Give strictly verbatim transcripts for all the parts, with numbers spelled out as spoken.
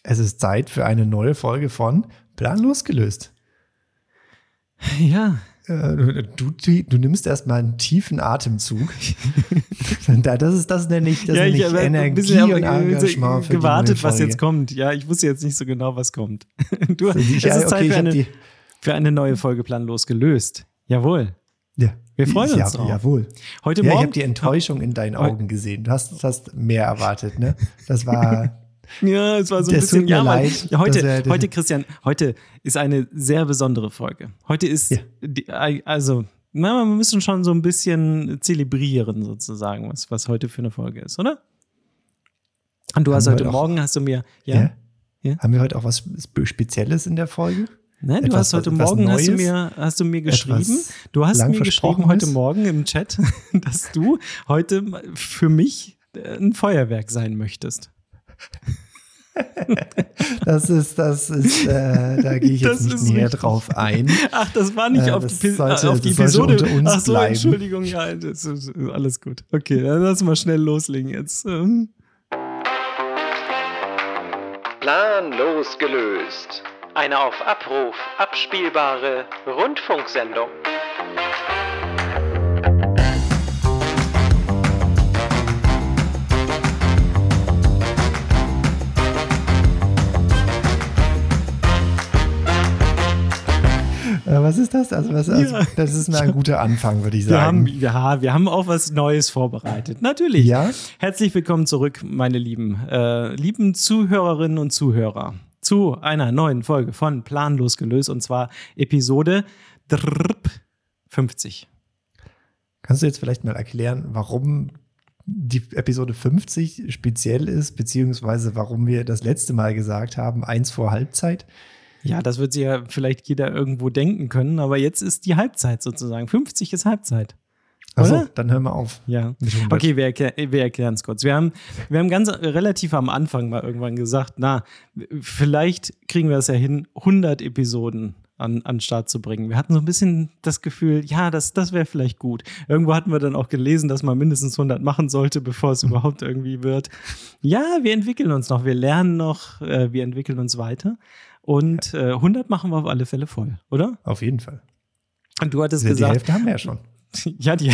Es ist Zeit für eine neue Folge von Planlos gelöst. Ja. Äh, du, du, du nimmst erstmal einen tiefen Atemzug. das ist das nenne ich, das ja, nenne ich ich Energie und Engagement für gewartet, die was jetzt kommt. Ja, ich wusste jetzt nicht so genau, was kommt. Du, also ich, es ist Zeit okay, für, eine, die, für eine neue Folge Planlos gelöst. Jawohl. Ja. Wir freuen uns ja, drauf. Jawohl. Heute ja, Morgen, ich habe die Enttäuschung in deinen Augen gesehen. Du hast, hast mehr erwartet, ne? Das war... Ja, es war so ein das bisschen, tut mir ja, leid, weil heute, er, heute, Christian, heute ist eine sehr besondere Folge. Heute ist, ja. die, also, na, wir müssen schon so ein bisschen zelebrieren, sozusagen, was, was heute für eine Folge ist, oder? Und du Haben hast wir heute auch, Morgen, hast du mir, ja? ja? ja? Haben wir heute auch was Spezielles in der Folge? Nein, du etwas, hast heute was, Morgen, hast du, Neues, mir, hast du mir geschrieben, du hast mir geschrieben heute Morgen im Chat, dass du heute für mich ein Feuerwerk sein möchtest. Das ist, das ist, äh, da gehe ich jetzt das nicht näher richtig. drauf ein. Ach, das war nicht äh, auf, die, sollte, auf die Episode. Ach so, bleiben. Entschuldigung, ja, das ist alles gut. Okay, dann lass mal schnell loslegen jetzt. Planlos gelöst. Eine auf Abruf abspielbare Rundfunksendung. Was ist das? Also, was, also ja. Das ist mal ein guter Anfang, würde ich sagen. Wir haben, ja, wir haben auch was Neues vorbereitet. Natürlich. Ja? Herzlich willkommen zurück, meine lieben, äh, lieben Zuhörerinnen und Zuhörer, zu einer neuen Folge von Planlos gelöst, und zwar Episode fünfzig. Kannst du jetzt vielleicht mal erklären, warum die Episode fünfzig speziell ist, beziehungsweise warum wir das letzte Mal gesagt haben, eins vor Halbzeit? Ja, das wird sich ja vielleicht jeder irgendwo denken können, aber jetzt ist die Halbzeit sozusagen. fünfzig ist Halbzeit. Achso, dann hören wir auf. Ja. Okay, wir, erklär, wir erklären es kurz. Wir haben, wir haben ganz relativ am Anfang mal irgendwann gesagt, na, vielleicht kriegen wir es ja hin, hundert Episoden an, an den Start zu bringen. Wir hatten so ein bisschen das Gefühl, ja, das, das wäre vielleicht gut. Irgendwo hatten wir dann auch gelesen, dass man mindestens hundert machen sollte, bevor es überhaupt irgendwie wird. Ja, wir entwickeln uns noch, wir lernen noch, äh, wir entwickeln uns weiter. Und äh, hundert machen wir auf alle Fälle voll, oder? Auf jeden Fall. Und du hattest ja, gesagt. Die Hälfte haben wir ja schon. Ja, die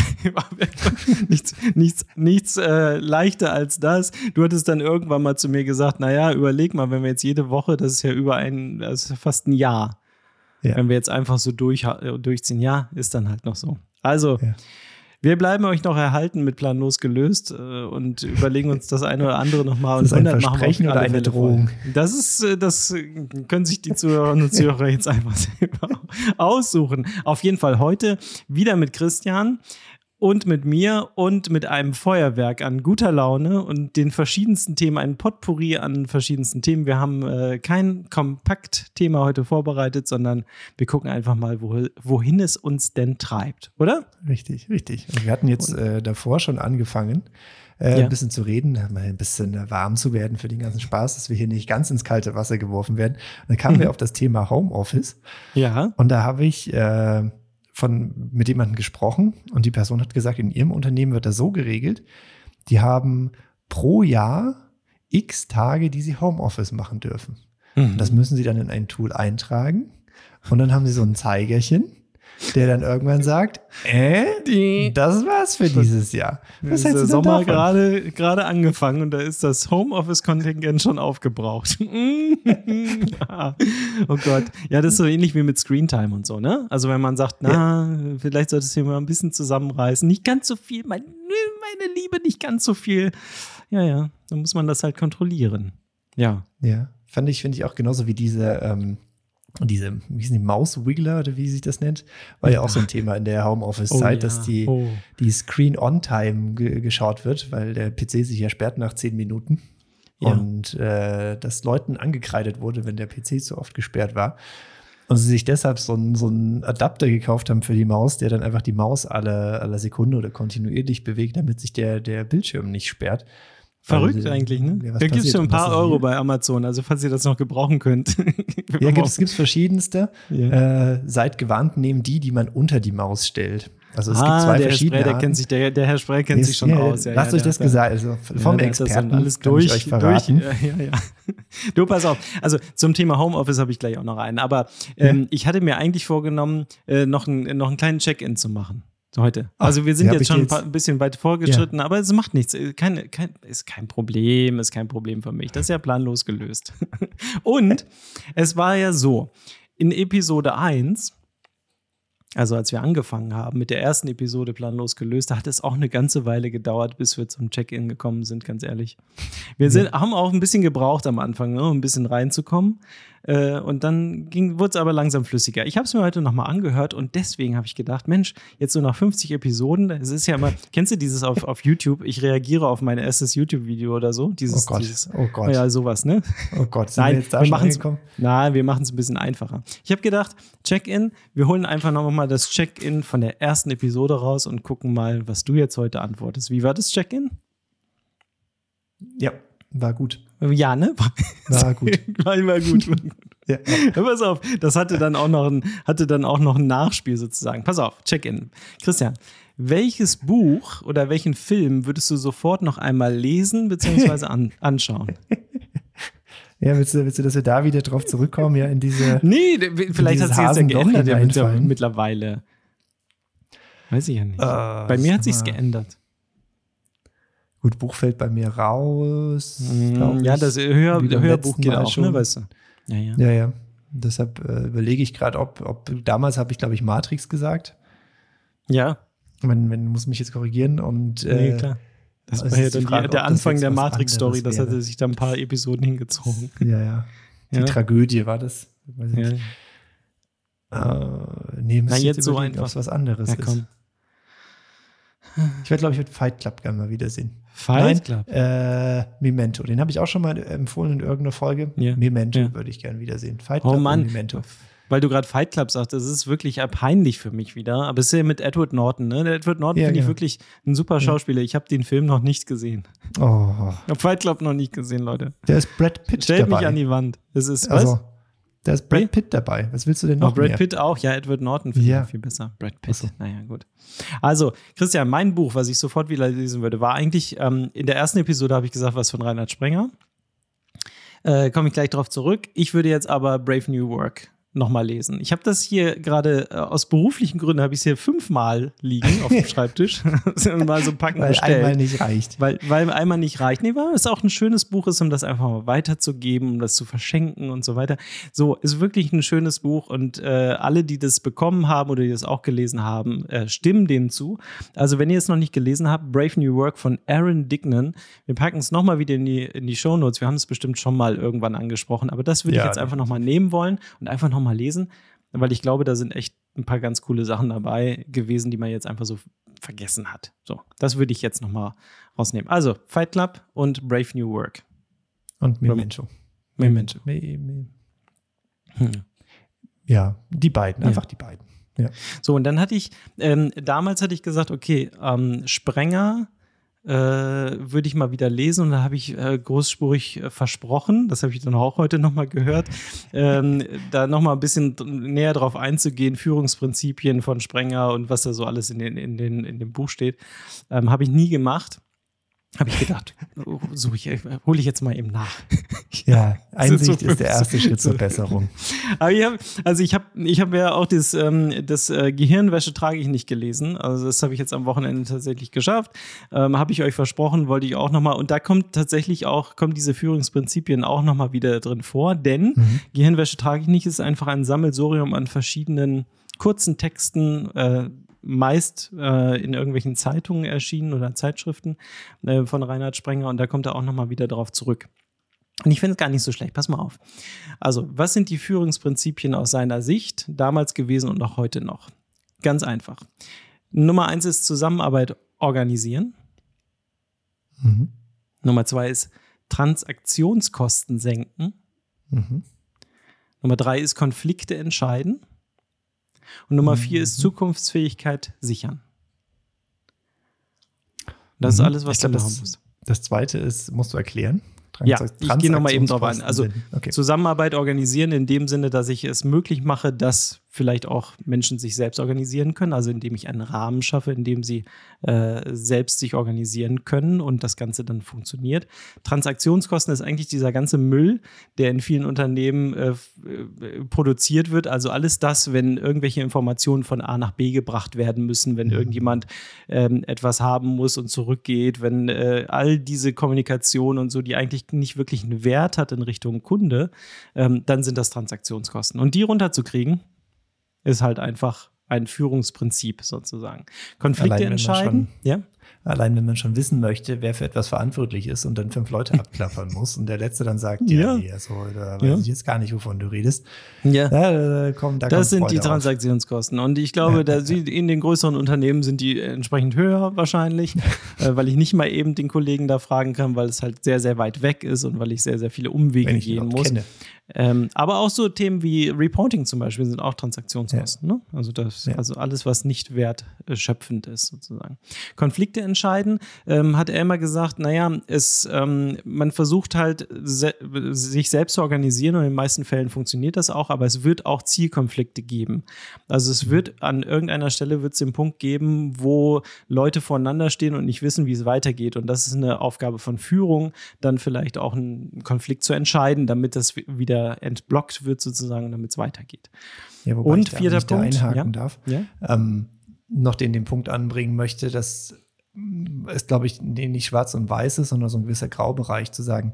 nichts, nichts, nichts äh, leichter als das. Du hattest dann irgendwann mal zu mir gesagt, naja, überleg mal, wenn wir jetzt jede Woche, das ist ja über ein, das ist ja fast ein Jahr. Ja. Wenn wir jetzt einfach so durch, durchziehen, ja, ist dann halt noch so. Also, ja. Wir bleiben euch noch erhalten mit Planlos gelöst äh, und überlegen uns das eine oder andere nochmal. Das ist ein Versprechen oder eine Drohung? Das ist, das können sich die Zuhörerinnen und Zuhörer jetzt einfach selber aussuchen. Auf jeden Fall heute wieder mit Christian und mit mir und mit einem Feuerwerk an guter Laune und den verschiedensten Themen, ein Potpourri an verschiedensten Themen. Wir haben äh, kein Kompaktthema heute vorbereitet, sondern wir gucken einfach mal, wo, wohin es uns denn treibt, oder? Richtig, richtig. Und wir hatten jetzt äh, davor schon angefangen, äh, ja. ein bisschen zu reden, mal ein bisschen warm zu werden für den ganzen Spaß, dass wir hier nicht ganz ins kalte Wasser geworfen werden. Und dann kamen mhm. wir auf das Thema Homeoffice. Ja. Und da habe ich äh, von mit jemandem gesprochen und die Person hat gesagt, in ihrem Unternehmen wird das so geregelt, die haben pro Jahr x Tage, die sie Homeoffice machen dürfen. Mhm. Das müssen sie dann in ein Tool eintragen und dann haben sie so ein Zeigerchen, der dann irgendwann sagt, äh, das war's für dieses Jahr. Was ist der Sommer gerade gerade angefangen und da ist das Homeoffice-Kontingent schon aufgebraucht. Ja. Oh Gott. Ja, das ist so ähnlich wie mit Screentime und so, ne? Also wenn man sagt, na, ja. vielleicht solltest du hier mal ein bisschen zusammenreißen. Nicht ganz so viel, mein, meine Liebe, nicht ganz so viel. Ja, ja, dann muss man das halt kontrollieren. Ja. Ja, fand ich, finde ich auch genauso wie diese ähm Und diese, wie sind die, Maus-Wiggler oder wie sich das nennt, war ja auch so ein Thema in der Homeoffice-Zeit, oh, ja. dass die, oh. die Screen-On-Time ge- geschaut wird, weil der P C sich ja sperrt nach zehn Minuten. Ja. Und äh, dass Leuten angekreidet wurde, wenn der P C zu oft gesperrt war. Und sie sich deshalb so einen so einen Adapter gekauft haben für die Maus, der dann einfach die Maus alle, alle Sekunde oder kontinuierlich bewegt, damit sich der, der Bildschirm nicht sperrt. Verrückt also, eigentlich, ne? Ja, da gibt es schon ein paar Euro bei Amazon, also falls ihr das noch gebrauchen könnt. Ja, gibt es verschiedenste. Ja. Äh, seid gewarnt, nehmen die, die man unter die Maus stellt. Also es ah, gibt zwei der verschiedene Herr Sprey, der, kennt sich, der, der Herr Sprey kennt sich schon ja, aus. Ja, lasst ja, euch das gesagt, also vom ja, Experten alles kann durch, ich euch verraten. Durch, ja, ja, ja. Du, pass auf. Also zum Thema Homeoffice habe ich gleich auch noch einen. Aber ähm, ja. ich hatte mir eigentlich vorgenommen, äh, noch, ein, noch einen kleinen Check-in zu machen. Heute. Ach, also wir sind jetzt schon ein, paar, ein bisschen weit vorgeschritten, ja. aber es macht nichts. Kein, kein, ist kein Problem, ist kein Problem für mich. Das ist ja planlos gelöst. Und es war ja so, in Episode eins, also als wir angefangen haben mit der ersten Episode planlos gelöst, da hat es auch eine ganze Weile gedauert, bis wir zum Check-in gekommen sind, ganz ehrlich. Wir sind, ja. haben auch ein bisschen gebraucht am Anfang, ne, um ein bisschen reinzukommen. Äh, und dann wurde es aber langsam flüssiger. Ich habe es mir heute nochmal angehört und deswegen habe ich gedacht, Mensch, jetzt so nach fünfzig Episoden, es ist ja immer, kennst du dieses auf, auf YouTube, ich reagiere auf mein erstes YouTube-Video oder so? Dieses, oh Gott, dieses, oh Gott. Ja, sowas, ne? Oh Gott, sind Nein, wir jetzt da wir schon machen's, angekommen? Nein, wir machen es ein bisschen einfacher. Ich habe gedacht, Check-in, wir holen einfach nochmal das Check-in von der ersten Episode raus und gucken mal, was du jetzt heute antwortest. Wie war das Check-in? Ja, war gut. Ja, ne? War gut. war immer gut. Ja. Ja, pass auf, das hatte dann auch noch ein, hatte dann auch noch ein Nachspiel sozusagen. Pass auf, Check-in. Christian, welches Buch oder welchen Film würdest du sofort noch einmal lesen bzw. an, anschauen? Ja, willst du, willst du, dass wir da wieder drauf zurückkommen, ja, in diese Nee, vielleicht hat sich jetzt ja geändert ja, mit, einfallen. mittlerweile. Weiß ich ja nicht. Uh, bei mir hat sich's geändert. Gut, Buch fällt bei mir raus. Mm, ja, das Hör, Hörbuch geht auch, schon. Ne, weißt du? Ja, ja. ja, ja. Deshalb äh, überlege ich gerade, ob, ob damals habe ich, glaube ich, Matrix gesagt. Ja. Man, man muss mich jetzt korrigieren. Und, äh, nee, klar. Das war ja dann Frage, der Anfang der Matrix-Story, das hatte sich da ein paar Episoden hingezogen. Ja, ja. Die ja. Tragödie war das. Weiß ich ja. nicht. Äh, nee, Na, jetzt so einfach. Ob es was anderes ja, komm. ist. Ich werde, glaube ich, mit Fight Club gerne mal wiedersehen. Fight Nein, Club? Äh, Memento. Den habe ich auch schon mal empfohlen in irgendeiner Folge. Ja. Memento ja. würde ich gerne wiedersehen. Fight Club oh Mann. und Memento. Weil du gerade Fight Club sagst, das ist wirklich peinlich für mich wieder. Aber es ist ja mit Edward Norton, ne? Der Edward Norton ja, finde ja. ich wirklich ein super Schauspieler. Ich habe den Film noch nicht gesehen. Oh. Ich habe Fight Club noch nicht gesehen, Leute. Der ist Brad Pitt Stellt dabei. mich an die Wand. Das ist, also, was? Da ist Brad Pitt dabei. Was willst du denn noch oh, Brad mehr? Pitt auch. Ja, Edward Norton finde ja. ich viel besser. Brad Pitt. So. Naja, gut. Also, Christian, mein Buch, was ich sofort wieder lesen würde, war eigentlich, ähm, in der ersten Episode habe ich gesagt, was von Reinhard Sprenger. Äh, komme ich gleich drauf zurück. Ich würde jetzt aber Brave New Work nochmal lesen. Ich habe das hier gerade, äh, aus beruflichen Gründen habe ich es hier fünfmal liegen auf dem Schreibtisch. mal so packen weil bestellt. einmal nicht reicht. Weil, weil einmal nicht reicht. Nee, weil es auch ein schönes Buch ist, um das einfach mal weiterzugeben, um das zu verschenken und so weiter. So, ist wirklich ein schönes Buch und äh, alle, die das bekommen haben oder die das auch gelesen haben, äh, stimmen dem zu. Also, wenn ihr es noch nicht gelesen habt, Brave New Work von Aaron Dignan. Wir packen es nochmal wieder in die, in die Shownotes. Wir haben es bestimmt schon mal irgendwann angesprochen, aber das würde ja, ich jetzt einfach nochmal nehmen wollen und einfach nochmal mal lesen, weil ich glaube, da sind echt ein paar ganz coole Sachen dabei gewesen, die man jetzt einfach so vergessen hat. So, das würde ich jetzt noch mal rausnehmen. Also, Fight Club und Brave New Work. Und Memento. Memento. Me, me. Hm. Ja, die beiden, einfach ja. die beiden. Ja. So, und dann hatte ich, ähm, damals hatte ich gesagt, okay, ähm, Sprenger Äh, würde ich mal wieder lesen und da habe ich äh, großspurig äh, versprochen, das habe ich dann auch heute nochmal gehört, ähm, da nochmal ein bisschen näher drauf einzugehen, Führungsprinzipien von Sprenger und was da so alles in, den, in, den, in dem Buch steht, ähm, habe ich nie gemacht. Habe ich gedacht, oh, so ich, hole ich jetzt mal eben nach. Ja, Einsicht ist, so ist der erste Schritt zur Besserung. Aber ich hab, also ich habe ich hab ja auch das, ähm, das äh, Gehirnwäsche trage ich nicht gelesen. Also das habe ich jetzt am Wochenende tatsächlich geschafft. Ähm, habe ich euch versprochen, wollte ich auch nochmal. Und da kommt tatsächlich auch, kommen diese Führungsprinzipien auch nochmal wieder drin vor. Denn mhm. Gehirnwäsche trage ich nicht ist einfach ein Sammelsurium an verschiedenen kurzen Texten, äh, meist äh, in irgendwelchen Zeitungen erschienen oder Zeitschriften äh, von Reinhard Sprenger und da kommt er auch nochmal wieder drauf zurück. Und ich finde es gar nicht so schlecht, pass mal auf. Also, was sind die Führungsprinzipien aus seiner Sicht damals gewesen und auch heute noch? Ganz einfach. Nummer eins ist Zusammenarbeit organisieren. Mhm. Nummer zwei ist Transaktionskosten senken. Mhm. Nummer drei ist Konflikte entscheiden. Und Nummer vier mhm. ist Zukunftsfähigkeit sichern. Das mhm. ist alles, was ich glaub, du das, haben musst. Das zweite ist, musst du erklären. Trans- ja, ich gehe nochmal eben drauf ein. Also okay. Zusammenarbeit organisieren in dem Sinne, dass ich es möglich mache, dass vielleicht auch Menschen sich selbst organisieren können, also indem ich einen Rahmen schaffe, in dem sie äh, selbst sich organisieren können und das Ganze dann funktioniert. Transaktionskosten ist eigentlich dieser ganze Müll, der in vielen Unternehmen äh, produziert wird, also alles das, wenn irgendwelche Informationen von A nach B gebracht werden müssen, wenn irgendjemand ähm, etwas haben muss und zurückgeht, wenn äh, all diese Kommunikation und so, die eigentlich nicht wirklich einen Wert hat in Richtung Kunde, ähm, dann sind das Transaktionskosten. Und die runterzukriegen, ist halt einfach ein Führungsprinzip sozusagen. Konflikte Allein, entscheiden, schon, ja. Allein wenn man schon wissen möchte, wer für etwas verantwortlich ist und dann fünf Leute abklappern muss und der Letzte dann sagt, ja, ja. nee, also, da weiß ja. ich jetzt gar nicht, wovon du redest. Ja. Da, komm, da das sind Freude die Transaktionskosten. Und ich glaube, ja. da in den größeren Unternehmen sind die entsprechend höher wahrscheinlich, äh, weil ich nicht mal eben den Kollegen da fragen kann, weil es halt sehr, sehr weit weg ist und weil ich sehr, sehr viele Umwege wenn ich gehen ihn muss. Kenne. Ähm, aber auch so Themen wie Reporting zum Beispiel sind auch Transaktionskosten. Ja. Ne? Also, das, ja. also alles, was nicht wertschöpfend ist, sozusagen. Konflikte entscheiden, ähm, hat er immer gesagt, naja, es, ähm, man versucht halt, se- sich selbst zu organisieren und in den meisten Fällen funktioniert das auch, aber es wird auch Zielkonflikte geben. Also es wird an irgendeiner Stelle wird es den Punkt geben, wo Leute voreinander stehen und nicht wissen, wie es weitergeht. Und das ist eine Aufgabe von Führung, dann vielleicht auch einen Konflikt zu entscheiden, damit das wieder entblockt wird sozusagen, damit es weitergeht. Ja, wobei und ich da, vierter ich da Punkt, einhaken ja? darf, ja? Ähm, noch den, den Punkt anbringen möchte, dass es, glaube ich, nicht schwarz und weiß ist, sondern so ein gewisser Graubereich zu sagen,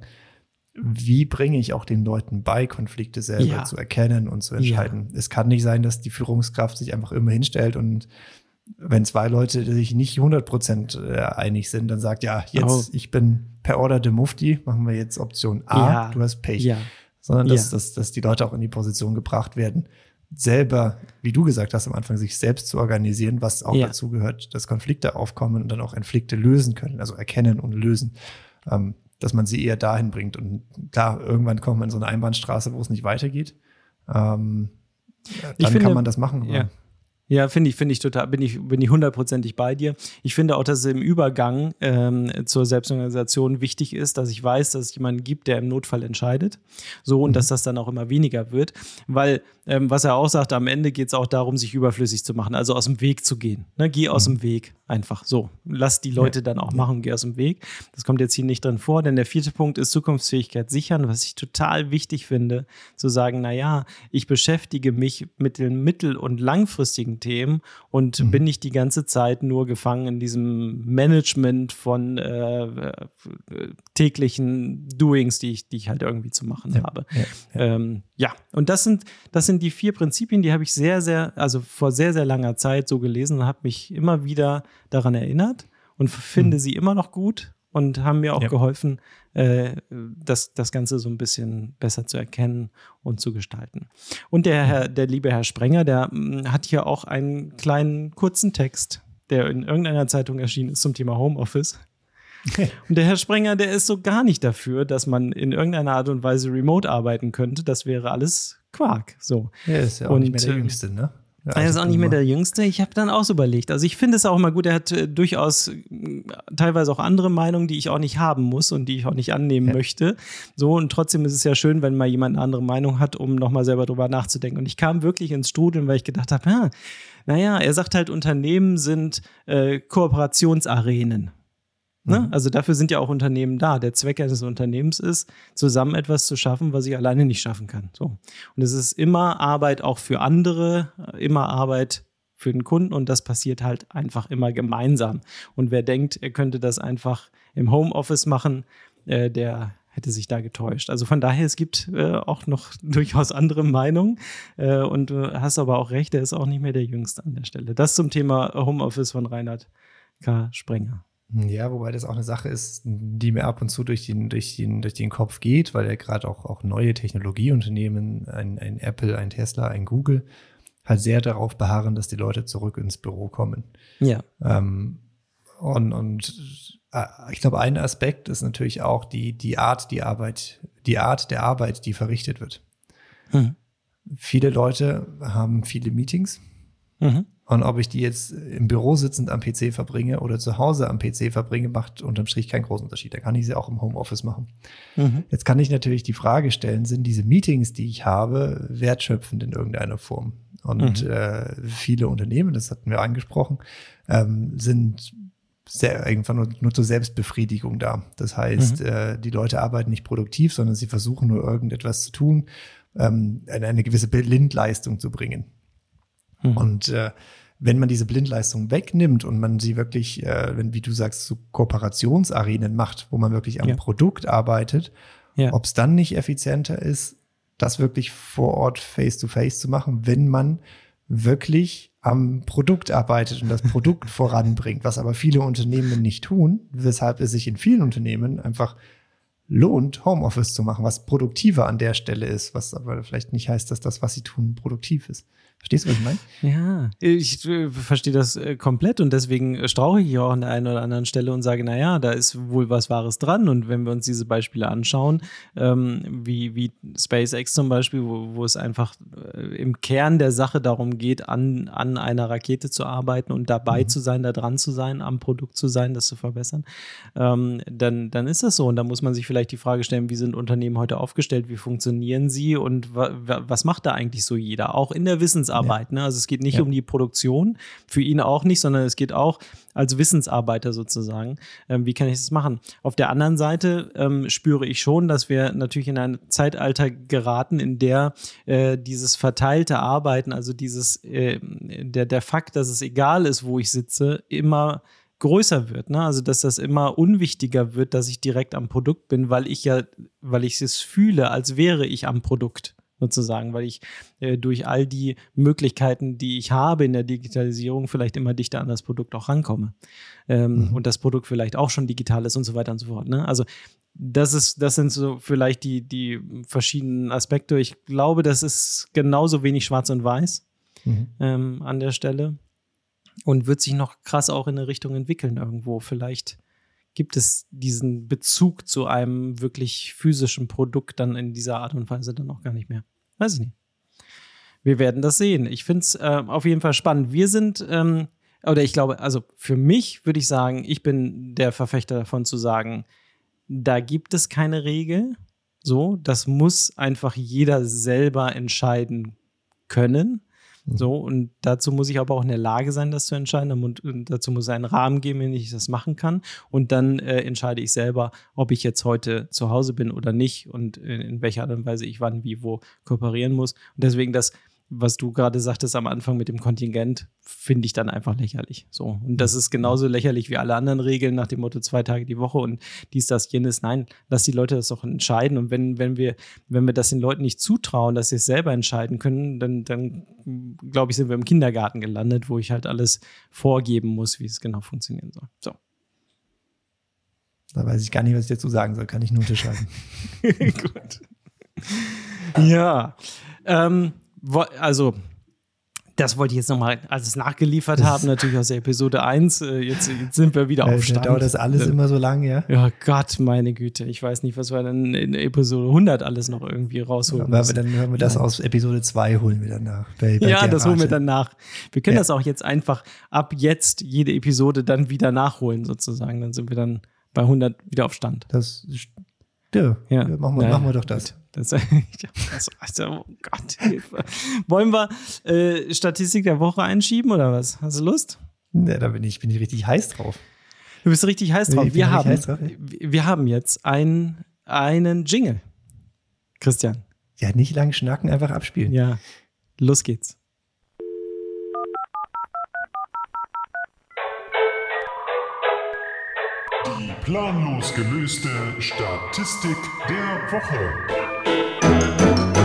wie bringe ich auch den Leuten bei, Konflikte selber ja. zu erkennen und zu entscheiden. Ja. Es kann nicht sein, dass die Führungskraft sich einfach immer hinstellt und wenn zwei Leute sich nicht hundert Prozent einig sind, dann sagt, ja, jetzt, oh. ich bin per Order de Mufti, machen wir jetzt Option A, ja. du hast Pech. Ja. Sondern dass, ja. dass, dass die Leute auch in die Position gebracht werden, selber, wie du gesagt hast am Anfang, sich selbst zu organisieren, was auch ja. dazu gehört, dass Konflikte aufkommen und dann auch Konflikte lösen können, also erkennen und lösen, ähm, dass man sie eher dahin bringt. Und klar, irgendwann kommt man in so eine Einbahnstraße, wo es nicht weitergeht. Ähm, dann ich finde, kann man das machen. Ja. Ja, finde ich, finde ich total, bin ich, bin ich hundertprozentig bei dir. Ich finde auch, dass es im Übergang ähm, zur Selbstorganisation wichtig ist, dass ich weiß, dass es jemanden gibt, der im Notfall entscheidet. So, und mhm. dass das dann auch immer weniger wird. Weil, ähm, was er auch sagt, am Ende geht es auch darum, sich überflüssig zu machen, also aus dem Weg zu gehen. Ne? Geh aus mhm. dem Weg. Einfach so. Lass die Leute ja. dann auch machen und geh aus dem Weg. Das kommt jetzt hier nicht drin vor, denn der vierte Punkt ist Zukunftsfähigkeit sichern, was ich total wichtig finde, zu sagen, naja, ich beschäftige mich mit den mittel- und langfristigen Themen und mhm. bin nicht die ganze Zeit nur gefangen in diesem Management von äh, täglichen Doings, die ich, die ich halt irgendwie zu machen ja. habe. Ja, ja. Ähm, ja, und das sind, das sind die vier Prinzipien, die habe ich sehr, sehr, also vor sehr, sehr langer Zeit so gelesen und habe mich immer wieder daran erinnert und finde mhm. sie immer noch gut und haben mir auch ja. geholfen, äh, das, das Ganze so ein bisschen besser zu erkennen und zu gestalten. Und der, Herr, der liebe Herr Sprenger, der mh, hat hier auch einen kleinen kurzen Text, der in irgendeiner Zeitung erschienen ist zum Thema Homeoffice. Okay. Und der Herr Sprenger, der ist so gar nicht dafür, dass man in irgendeiner Art und Weise remote arbeiten könnte. Das wäre alles Quark. So. Er ist ja auch und, nicht mehr der Jüngste, ne? Ja, er ist auch nicht mehr der Jüngste. Ich habe dann auch so überlegt. Also ich finde es auch immer gut, er hat äh, durchaus äh, teilweise auch andere Meinungen, die ich auch nicht haben muss und die ich auch nicht annehmen ja. möchte. So, und trotzdem ist es ja schön, wenn mal jemand eine andere Meinung hat, um nochmal selber drüber nachzudenken. Und ich kam wirklich ins Strudeln, weil ich gedacht habe, ja, naja, er sagt halt, Unternehmen sind äh, Kooperationsarenen. Ne? Also dafür sind ja auch Unternehmen da. Der Zweck eines Unternehmens ist, zusammen etwas zu schaffen, was ich alleine nicht schaffen kann. So. Und es ist immer Arbeit auch für andere, immer Arbeit für den Kunden und das passiert halt einfach immer gemeinsam. Und wer denkt, er könnte das einfach im Homeoffice machen, äh, der hätte sich da getäuscht. Also von daher, es gibt äh, auch noch durchaus andere Meinungen äh, und du hast aber auch recht, er ist auch nicht mehr der Jüngste an der Stelle. Das zum Thema Homeoffice von Reinhard K. Sprenger. Ja, wobei das auch eine Sache ist, die mir ab und zu durch den, durch den, durch den Kopf geht, weil ja gerade auch, auch neue Technologieunternehmen, ein, ein Apple, ein Tesla, ein Google, halt sehr darauf beharren, dass die Leute zurück ins Büro kommen. Ja. Ähm, und und äh, ich glaube, ein Aspekt ist natürlich auch die, die Art, die Arbeit, die Art der Arbeit, die verrichtet wird. Mhm. Viele Leute haben viele Meetings. Mhm. Und ob ich die jetzt im Büro sitzend am P C verbringe oder zu Hause am P C verbringe, macht unterm Strich keinen großen Unterschied. Da kann ich sie auch im Homeoffice machen. Mhm. Jetzt kann ich natürlich die Frage stellen, sind diese Meetings, die ich habe, wertschöpfend in irgendeiner Form? Und Mhm. äh, viele Unternehmen, das hatten wir angesprochen, ähm, sind sehr, irgendwann nur, nur zur Selbstbefriedigung da. Das heißt, Mhm. äh, die Leute arbeiten nicht produktiv, sondern sie versuchen nur irgendetwas zu tun, ähm, eine, eine gewisse Blindleistung zu bringen. Mhm. Und äh, wenn man diese Blindleistung wegnimmt und man sie wirklich, äh, wenn, wie du sagst, so Kooperationsarenen macht, wo man wirklich am Ja. Produkt arbeitet, Ja. ob es dann nicht effizienter ist, das wirklich vor Ort face-to-face zu machen, wenn man wirklich am Produkt arbeitet und das Produkt voranbringt, was aber viele Unternehmen nicht tun, weshalb es sich in vielen Unternehmen einfach lohnt, Homeoffice zu machen, was produktiver an der Stelle ist, was aber vielleicht nicht heißt, dass das, was sie tun, produktiv ist. Verstehst du, was ich meine? Ja, ich äh, verstehe das äh, komplett und deswegen äh, strauche ich hier auch an der einen oder anderen Stelle und sage, naja, da ist wohl was Wahres dran. Und wenn wir uns diese Beispiele anschauen, ähm, wie, wie SpaceX zum Beispiel, wo, wo es einfach äh, im Kern der Sache darum geht, an, an einer Rakete zu arbeiten und dabei Mhm. zu sein, da dran zu sein, am Produkt zu sein, das zu verbessern, ähm, dann, dann ist das so. Und da muss man sich vielleicht die Frage stellen, wie sind Unternehmen heute aufgestellt, wie funktionieren sie und wa wa was macht da eigentlich so jeder, auch in der Wissensarbeit. Arbeit, ne? Also es geht nicht Ja. um die Produktion, für ihn auch nicht, sondern es geht auch als Wissensarbeiter sozusagen. Ähm, wie kann ich das machen? Auf der anderen Seite ähm, spüre ich schon, dass wir natürlich in ein Zeitalter geraten, in der äh, dieses verteilte Arbeiten, also dieses äh, der, der Fakt, dass es egal ist, wo ich sitze, immer größer wird, ne? Also dass das immer unwichtiger wird, dass ich direkt am Produkt bin, weil ich ja, weil ich es fühle, als wäre ich am Produkt. Sozusagen, weil ich äh, durch all die Möglichkeiten, die ich habe in der Digitalisierung, vielleicht immer dichter an das Produkt auch rankomme. Ähm, Mhm. und das Produkt vielleicht auch schon digital ist und so weiter und so fort. Ne? Also das ist, das sind so vielleicht die, die verschiedenen Aspekte. Ich glaube, das ist genauso wenig schwarz und weiß Mhm. ähm, an der Stelle und wird sich noch krass auch in eine Richtung entwickeln irgendwo. Vielleicht gibt es diesen Bezug zu einem wirklich physischen Produkt dann in dieser Art und Weise dann auch gar nicht mehr. Weiß ich nicht. Wir werden das sehen. Ich finde es äh, auf jeden Fall spannend. Wir sind, ähm, oder ich glaube, also für mich würde ich sagen, ich bin der Verfechter davon zu sagen, da gibt es keine Regel. So, das muss einfach jeder selber entscheiden können. So, und dazu muss ich aber auch in der Lage sein, das zu entscheiden. Und dazu muss es einen Rahmen geben, in dem ich das machen kann. Und dann äh, entscheide ich selber, ob ich jetzt heute zu Hause bin oder nicht und in, in welcher Art und Weise ich wann, wie, wo kooperieren muss. Und deswegen das, was du gerade sagtest am Anfang mit dem Kontingent, finde ich dann einfach lächerlich. So. Und das ist genauso lächerlich wie alle anderen Regeln nach dem Motto zwei Tage die Woche und dies, das, jenes. Nein, lass die Leute das doch entscheiden. Und wenn, wenn wir, wenn wir das den Leuten nicht zutrauen, dass sie es selber entscheiden können, dann, dann glaube ich, sind wir im Kindergarten gelandet, wo ich halt alles vorgeben muss, wie es genau funktionieren soll. So. Da weiß ich gar nicht, was ich dazu sagen soll. Kann ich nur unterschreiben. Gut. Ja. Ähm, Also, das wollte ich jetzt nochmal, als es nachgeliefert Das haben, natürlich aus der Episode eins. Äh, jetzt, jetzt sind wir wieder Äh, auf Stand. Dauert das alles immer so lang, ja? Ja, Gott, meine Güte. Ich weiß nicht, was wir dann in Episode hundert alles noch irgendwie rausholen Aber müssen. dann hören wir das Nein. aus Episode zwei, holen wir dann nach. Bei, bei Ja, der das holen wir Rate. dann nach. Wir können Ja. das auch jetzt einfach ab jetzt jede Episode dann wieder nachholen, sozusagen. Dann sind wir dann bei hundert wieder auf Stand. Das, ja, Ja. machen, wir, Ja, machen wir doch das. gut. Das, ja, also, also, oh Gott, Hilfe. Wollen wir äh, Statistik der Woche einschieben oder was? Hast du Lust? Ja, da bin ich, bin ich richtig heiß drauf. Du bist richtig heiß drauf. Ich bin Wir richtig haben, heiß drauf, ja. wir haben jetzt ein, einen Jingle. Christian. Ja, nicht lang schnacken, einfach abspielen. Ja, los geht's. Die planlos gelöste Statistik der Woche.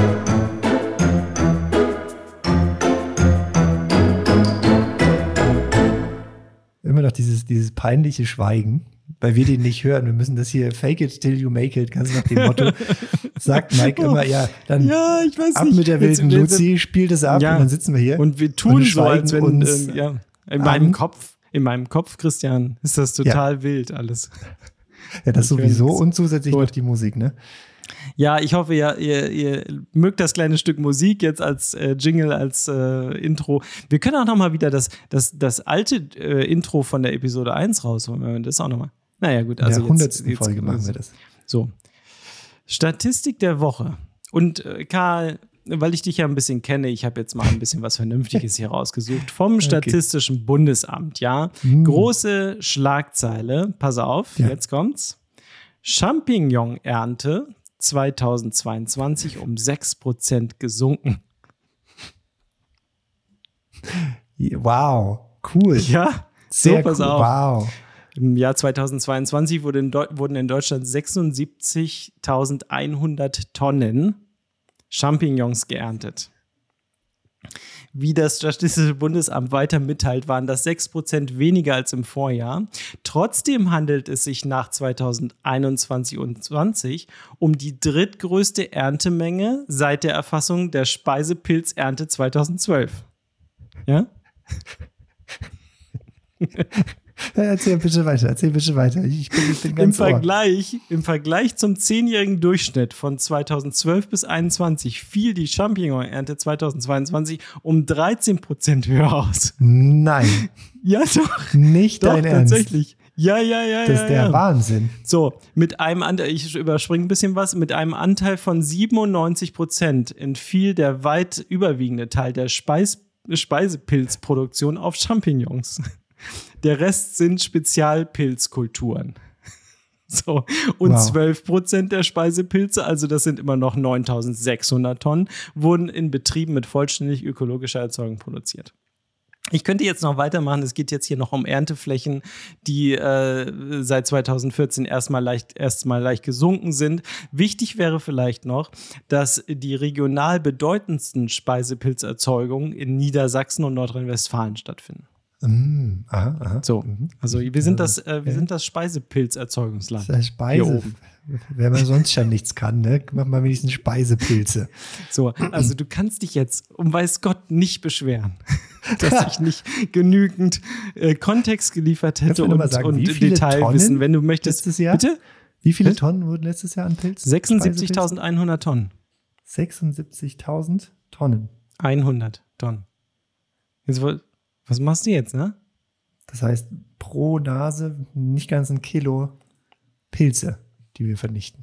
Immer noch dieses, dieses peinliche Schweigen, weil wir den nicht hören. Wir müssen das hier fake it till you make it, ganz nach dem Motto. Sagt Mike immer, ja, dann Ja, ich weiß ab nicht. mit der Jetzt- wilden jetzt- Luzi, spielt es ab Ja. und dann sitzen wir hier. Und wir tun und so, als wenn, schweigen uns ähm, ja, in an. meinem Kopf, in meinem Kopf, Christian, ist das total wild alles. Ja, das Ich sowieso höre und zusätzlich Gut. noch die Musik, ne? Ja, ich hoffe, ja, ihr, ihr mögt das kleine Stück Musik jetzt als äh, Jingle, als äh, Intro. Wir können auch noch mal wieder das, das, das alte äh, Intro von der Episode eins rausholen, wenn wir das auch noch mal. Naja, gut, In also der jetzt, hundertsten jetzt Folge machen wir das. So. Statistik der Woche. Und äh, Karl, weil ich dich ja ein bisschen kenne, ich habe jetzt mal ein bisschen was Vernünftiges hier rausgesucht. Vom Statistischen okay. Bundesamt, ja. Mm. Große Schlagzeile, pass auf, ja. Jetzt kommt's. Champignon-Ernte zweitausendzweiundzwanzig um sechs Prozent gesunken. Wow, cool. Ja, sehr so, pass cool. auf. Wow. Im Jahr zweitausendzweiundzwanzig wurde in Deu- wurden in Deutschland sechsundsiebzigtausendeinhundert Tonnen Champignons geerntet. Wie das Statistische Bundesamt weiter mitteilt, waren das sechs Prozent weniger als im Vorjahr. Trotzdem handelt es sich nach zweitausendeinundzwanzig und zwanzig um die drittgrößte Erntemenge seit der Erfassung der Speisepilzernte zweitausendzwölf. Ja? Erzähl bitte weiter, erzähl bitte weiter. Ich bin, ich bin ganz Im Vergleich, Im Vergleich zum zehnjährigen Durchschnitt von zweitausendzwölf bis einundzwanzig fiel die Champignon-Ernte zweitausendzweiundzwanzig um dreizehn Prozent höher aus. Nein. Ja, doch. Nicht doch, dein Ernst. Tatsächlich. Ja, ja, ja. Das ist ja, der ja. Wahnsinn. So, mit einem Anteil, ich überspringe ein bisschen was, mit einem Anteil von siebenundneunzig Prozent entfiel der weit überwiegende Teil der Speis- Speisepilzproduktion auf Champignons. Der Rest sind Spezialpilzkulturen. So, und wow. zwölf Prozent der Speisepilze, also das sind immer noch neuntausendsechshundert Tonnen, wurden in Betrieben mit vollständig ökologischer Erzeugung produziert. Ich könnte jetzt noch weitermachen. Es geht jetzt hier noch um Ernteflächen, die äh, seit zweitausendvierzehn erstmal leicht, erstmal leicht gesunken sind. Wichtig wäre vielleicht noch, dass die regional bedeutendsten Speisepilzerzeugungen in Niedersachsen und Nordrhein-Westfalen stattfinden. Mm, aha, aha. So, also wir sind das, äh, wir sind das Speisepilzerzeugungsland. Das Speise. Hier oben. Wenn man sonst schon nichts kann, ne? Macht man wenigstens Speisepilze. So, also du kannst dich jetzt, um weiß Gott, nicht beschweren, dass ich nicht genügend äh, Kontext geliefert hätte und, sagen, und Detailwissen, wenn du möchtest. Letztes Jahr? Bitte? Wie viele Tonnen wurden letztes Jahr an Pilz? sechsundsiebzigtausendeinhundert Tonnen. sechsundsiebzigtausend Tonnen. hundert Tonnen. Jetzt, was machst du jetzt, ne? Das heißt, pro Nase nicht ganz ein Kilo Pilze, die wir vernichten.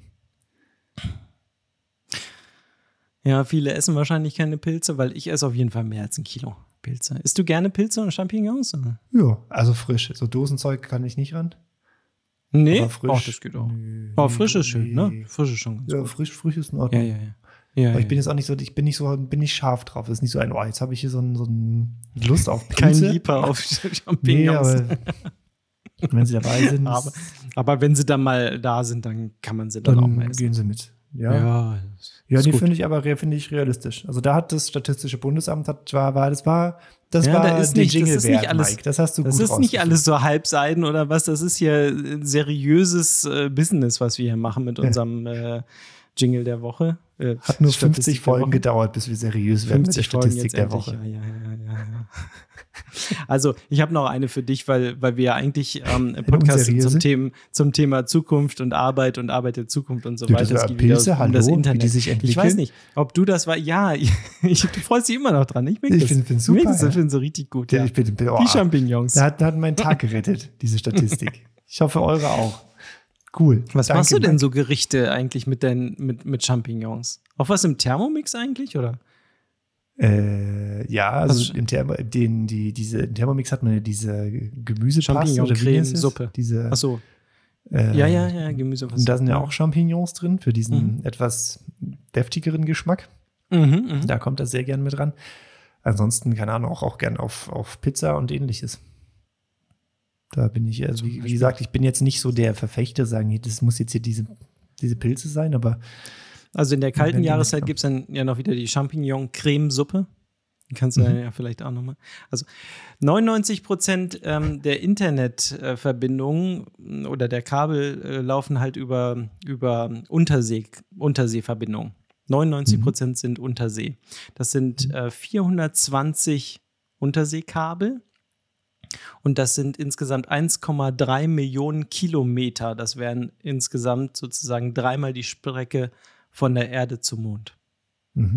Ja, viele essen wahrscheinlich keine Pilze, weil ich esse auf jeden Fall mehr als ein Kilo Pilze. Isst du gerne Pilze und Champignons? Oder? Ja, also frisch. So Dosenzeug kann ich nicht ran. Nee, aber frisch. Oh, das geht auch. Nee, oh, frisch ist schön, ne? Frisch ist schon ganz ja, gut. frisch, frisch ist in Ordnung. Ja, ja, ja. Ja, aber ich ja. bin jetzt auch nicht so, ich bin nicht so, bin nicht scharf drauf. Das ist nicht so ein, oh, jetzt habe ich hier so ein, so ein Lust auf Pilze. Kein Lieber auf Champignons. Nee, aber wenn sie dabei sind. Aber, aber wenn sie dann mal da sind, dann kann man sie dann, dann auch mal essen. Gehen sie mit. Ja, ja, ja die finde ich aber finde ich realistisch. Also da hat das Statistische Bundesamt hat, war, war das war das ja, war da ist nicht, Jingle das ist nicht wert, alles, Mike. Das hast du das gut ist nicht alles so Halbseiden oder was. Das ist hier ein seriöses äh, Business, was wir hier machen mit unserem äh, Jingle der Woche. Äh, Hat nur fünfzig Folgen gedauert, bis wir seriös werden mit der Statistik der endlich. Woche. Ja, ja, ja, ja, ja. Also, ich habe noch eine für dich, weil, weil wir ja eigentlich ähm, Podcast zum Thema, zum Thema Zukunft und Arbeit und Arbeit der Zukunft und so du, weiter. Das geht Pilze, um hallo, das Internet. Wie die sich entwickeln. Ich weiß nicht, ob du das war. Ja, ich, du freust dich immer noch dran. Ich finde find super. Ich finde ja. so richtig gut. Ja. Ich bin, bin, oh, die Champignons. Da hat, da hat meinen Tag gerettet, diese Statistik. Ich hoffe, eure auch. Cool. Was Danke, machst du denn Mike. so Gerichte eigentlich mit, dein, mit, mit Champignons? Auch was im Thermomix eigentlich, oder? Äh, ja, also, also im, Thermo, den, die, diese, im Thermomix hat man ja diese Gemüsepaste oder Champignon-Creme-Suppe. Diese, Ach so. Äh, ja, ja, ja, Gemüsepaste. Und da sind ja auch Champignons drin für diesen mhm. etwas deftigeren Geschmack. Mhm, mh. Da kommt das sehr gern mit ran. Ansonsten, keine Ahnung, auch, auch gern auf, auf Pizza und ähnliches. Da bin ich, also wie, wie gesagt, ich bin jetzt nicht so der Verfechter, sagen, das muss jetzt hier diese, diese Pilze sein, aber also in der kalten Jahreszeit gibt es dann ja noch wieder die Champignon-Cremesuppe. Die kannst du mhm. ja vielleicht auch nochmal. Also neunundneunzig Prozent ähm, der Internetverbindungen äh, oder der Kabel äh, laufen halt über, über Untersee, Unterseeverbindungen. neunundneunzig Prozent mhm. sind Untersee. Das sind äh, vierhundertzwanzig Unterseekabel. Und das sind insgesamt eins Komma drei Millionen Kilometer. Das wären insgesamt sozusagen dreimal die Strecke von der Erde zum Mond. Mhm.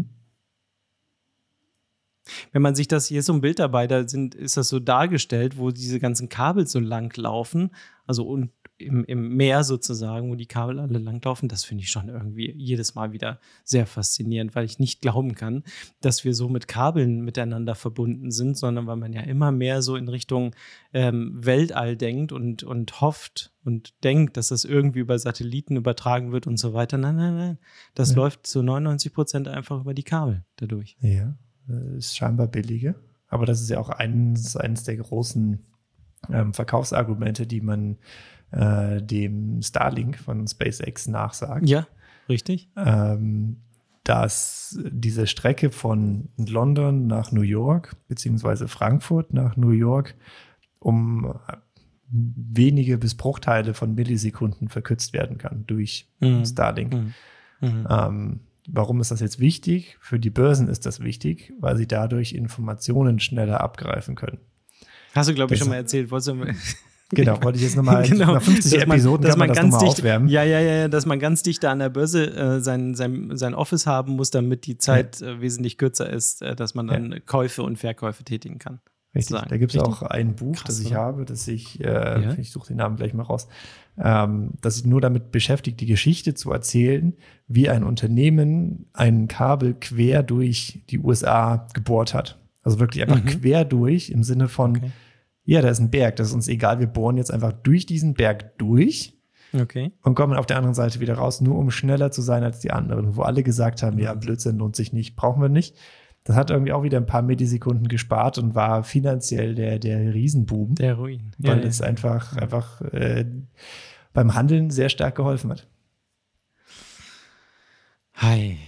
Wenn man sich das, hier ist so ein Bild dabei, da sind, ist das so dargestellt, wo diese ganzen Kabel so lang laufen, also un, im, im Meer sozusagen, wo die Kabel alle langlaufen, das finde ich schon irgendwie jedes Mal wieder sehr faszinierend, weil ich nicht glauben kann, dass wir so mit Kabeln miteinander verbunden sind, sondern weil man ja immer mehr so in Richtung ähm, Weltall denkt und, und hofft und denkt, dass das irgendwie über Satelliten übertragen wird und so weiter. Nein, nein, nein. Das ja. läuft zu neunundneunzig Prozent einfach über die Kabel dadurch. Ja, ist scheinbar billiger. Aber das ist ja auch eines, eines der großen ähm, Verkaufsargumente, die man äh, dem Starlink von SpaceX nachsagt. Ja, richtig. Ähm, dass diese Strecke von London nach New York, beziehungsweise Frankfurt nach New York, um wenige bis Bruchteile von Millisekunden verkürzt werden kann durch mhm. Starlink. Mhm. Mhm. Ähm, warum ist das jetzt wichtig? Für die Börsen ist das wichtig, weil sie dadurch Informationen schneller abgreifen können. Hast du, glaube ich, schon mal erzählt. Wolltest du Genau, wollte ich jetzt nochmal, genau. nach fünfzig dass man, Episoden dass kann man, man das ganz nochmal dicht, aufwärmen. Ja, ja, ja, dass man ganz dicht da an der Börse äh, sein, sein, sein Office haben muss, damit die Zeit ja. äh, wesentlich kürzer ist, äh, dass man dann ja. Käufe und Verkäufe tätigen kann. Richtig, sozusagen. Da gibt es Richtig? auch ein Buch, Krass, das ich oder? habe, das ich, äh, ja? ich suche den Namen gleich mal raus, ähm, das sich nur damit beschäftigt, die Geschichte zu erzählen, wie ein Unternehmen ein Kabel quer durch die U S A gebohrt hat. Also wirklich einfach mhm. quer durch, im Sinne von, okay. ja, da ist ein Berg, das ist uns egal, wir bohren jetzt einfach durch diesen Berg durch okay. und kommen auf der anderen Seite wieder raus, nur um schneller zu sein als die anderen, wo alle gesagt haben, mhm. ja, Blödsinn lohnt sich nicht, brauchen wir nicht. Das hat irgendwie auch wieder ein paar Millisekunden gespart und war finanziell der, der Riesenboom. Der Ruin. Weil ja, es ja. einfach, einfach äh, beim Handeln sehr stark geholfen hat. Hi.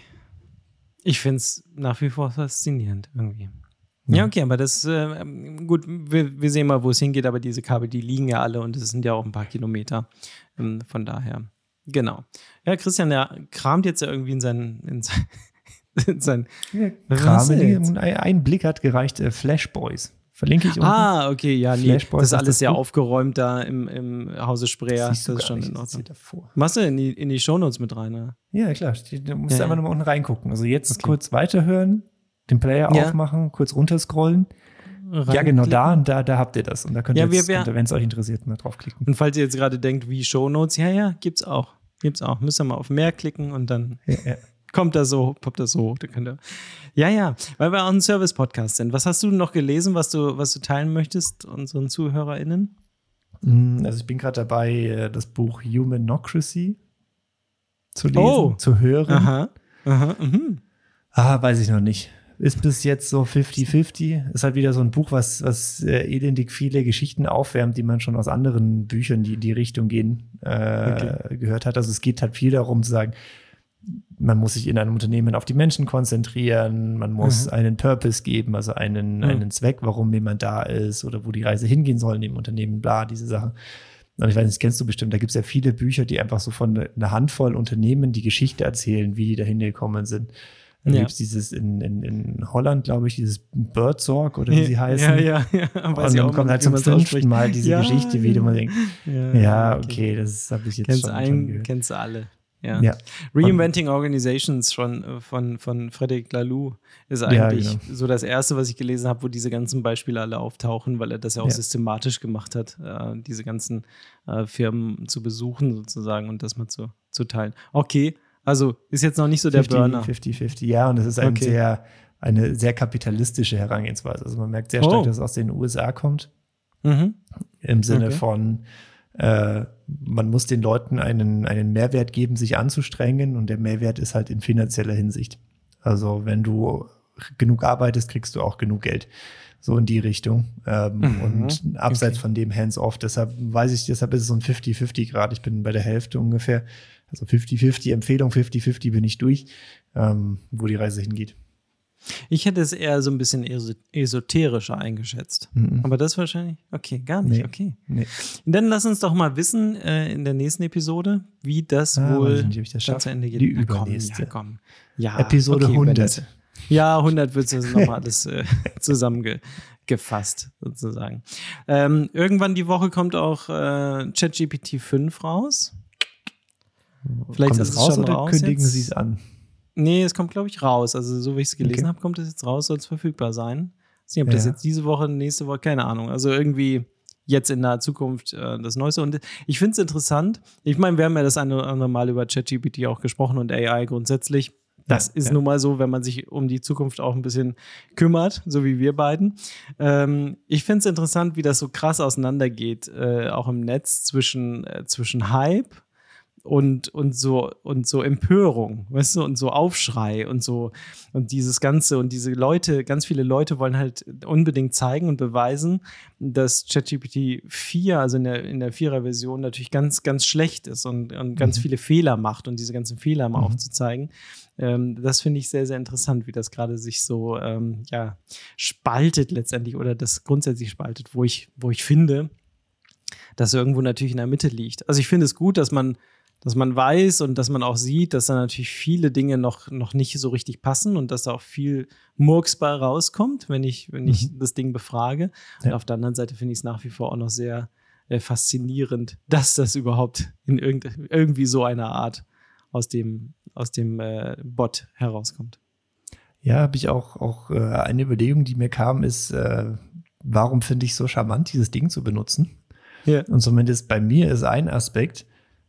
Ich finde es nach wie vor faszinierend irgendwie. Ja, okay, aber das, äh, gut, wir, wir sehen mal, wo es hingeht, aber diese Kabel, die liegen ja alle und es sind ja auch ein paar Kilometer. Ähm, von daher, genau. Ja, Christian, der kramt jetzt ja irgendwie in seinen, in sein, in sein ja, Kram, ein Blick hat gereicht, äh, Flash Boys. Verlinke ich unten. Ah, okay, ja, nee, Flash Boys, das ist alles das sehr Buch? aufgeräumt da im, im Hause Spreer. Das, das ist schon nicht, in Ordnung. Davor. Machst du in die, in die Shownotes mit rein, ne? Ja, klar. Du musst ja, einfach ja. nochmal unten reingucken. Also jetzt okay. kurz weiterhören, den Player ja. aufmachen, kurz runterscrollen. Rein ja, genau, da und da, da habt ihr das. Und da könnt ihr, ja, jetzt, wir, wir, wenn es euch interessiert, mal draufklicken. Und falls ihr jetzt gerade denkt, wie Shownotes, ja, ja, gibt's auch. Gibt's auch. Müsst ihr mal auf mehr klicken und dann ja, ja. kommt das so, poppt das so hoch. Da könnt ihr. Ja, ja, weil wir auch ein Service-Podcast sind. Was hast du noch gelesen, was du, was du teilen möchtest, unseren ZuhörerInnen? Also ich bin gerade dabei, das Buch Humanocracy zu lesen, oh. zu hören. Aha. Aha. Mhm. Ah, weiß ich noch nicht. Ist bis jetzt so fifty fifty. Ist halt wieder so ein Buch, was, was äh, elendig viele Geschichten aufwärmt, die man schon aus anderen Büchern, die in die Richtung gehen, äh, okay. gehört hat. Also es geht halt viel darum zu sagen, man muss sich in einem Unternehmen auf die Menschen konzentrieren, man muss mhm. einen Purpose geben, also einen, mhm. einen Zweck, warum jemand da ist oder wo die Reise hingehen soll in dem Unternehmen, bla, diese Sachen. Und ich weiß nicht, das kennst du bestimmt, da gibt es ja viele Bücher, die einfach so von einer Handvoll Unternehmen die Geschichte erzählen, wie die da hingekommen sind. Dann ja. gibt es dieses in, in, in Holland, glaube ich, dieses Birdsorg oder wie sie heißen. Ja, ja, ja. Und dann kommt halt zum fünften Mal diese ja, Geschichte, wie du mal denkst, ja, ja, okay, okay das habe ich jetzt kennst schon, ein, schon gehört. Kennst du alle. Ja. ja. Reinventing Organizations schon von, von Frederic Laloux ist eigentlich ja, genau. so das Erste, was ich gelesen habe, wo diese ganzen Beispiele alle auftauchen, weil er das ja auch ja. systematisch gemacht hat, äh, diese ganzen äh, Firmen zu besuchen sozusagen und das mal zu, zu teilen. Okay, also ist jetzt noch nicht so der fifty, Burner. fifty fifty, ja, und es ist ein okay. sehr, eine sehr kapitalistische Herangehensweise. Also man merkt sehr stark, oh. dass es aus den U S A kommt. Mhm. Im Sinne okay. von äh, man muss den Leuten einen, einen Mehrwert geben, sich anzustrengen und der Mehrwert ist halt in finanzieller Hinsicht. Also wenn du genug arbeitest, kriegst du auch genug Geld. So in die Richtung. Ähm, mhm. Und abseits okay. von dem hands-off. Deshalb weiß ich, deshalb ist es so ein fifty fifty Grad. Ich bin bei der Hälfte ungefähr. Also fifty fifty Empfehlung, fifty fifty bin ich durch, ähm, wo die Reise hingeht. Ich hätte es eher so ein bisschen esoterischer eingeschätzt. Mhm. Aber das wahrscheinlich, okay, gar nicht, nee, okay. Nee. Dann lass uns doch mal wissen äh, in der nächsten Episode, wie das ah, wohl nicht, ob ich das dann zu Ende geht. Die übernächste. Ja, komm, ja, komm. Ja, Episode okay, hundert. Ja, hundert wird es nochmal alles äh, zusammengefasst, sozusagen. Ähm, irgendwann die Woche kommt auch äh, ChatGPT fünf raus. Vielleicht kommt ist das es raus schon oder raus kündigen jetzt? Sie es an? Nee, es kommt, glaube ich, raus. Also, so wie ich es gelesen okay. habe, kommt es jetzt raus, soll es verfügbar sein. Ich weiß nicht, ob das ja. jetzt diese Woche, nächste Woche, keine Ahnung. Also irgendwie jetzt in naher Zukunft äh, das Neueste. Und ich finde es interessant. Ich meine, wir haben ja das eine oder andere Mal über ChatGPT auch gesprochen und A I grundsätzlich. Das ja, ist ja. nun mal so, wenn man sich um die Zukunft auch ein bisschen kümmert, so wie wir beiden. Ähm, ich finde es interessant, wie das so krass auseinandergeht, äh, auch im Netz zwischen, äh, zwischen Hype und, und, so, und so Empörung, weißt du, und so Aufschrei und so und dieses Ganze und diese Leute, ganz viele Leute wollen halt unbedingt zeigen und beweisen, dass ChatGPT vier, also in der, in der Vierer-Version natürlich ganz, ganz schlecht ist und, und ganz mhm. viele Fehler macht und diese ganzen Fehler mal mhm. aufzuzeigen. Ähm, das finde ich sehr, sehr interessant, wie das gerade sich so ähm, ja, spaltet letztendlich oder das grundsätzlich spaltet, wo ich, wo ich finde, dass irgendwo natürlich in der Mitte liegt. Also ich finde es gut, dass man dass man weiß und dass man auch sieht, dass da natürlich viele Dinge noch, noch nicht so richtig passen und dass da auch viel Murks bei rauskommt, wenn ich, wenn ich mhm. das Ding befrage. Ja. Und auf der anderen Seite finde ich es nach wie vor auch noch sehr äh, faszinierend, dass das überhaupt in irgend, irgendwie so einer Art aus dem, aus dem äh, Bot herauskommt. Ja, habe ich auch, auch äh, eine Überlegung, die mir kam, ist, äh, warum finde ich es so charmant, dieses Ding zu benutzen? Ja. Und zumindest bei mir ist ein Aspekt,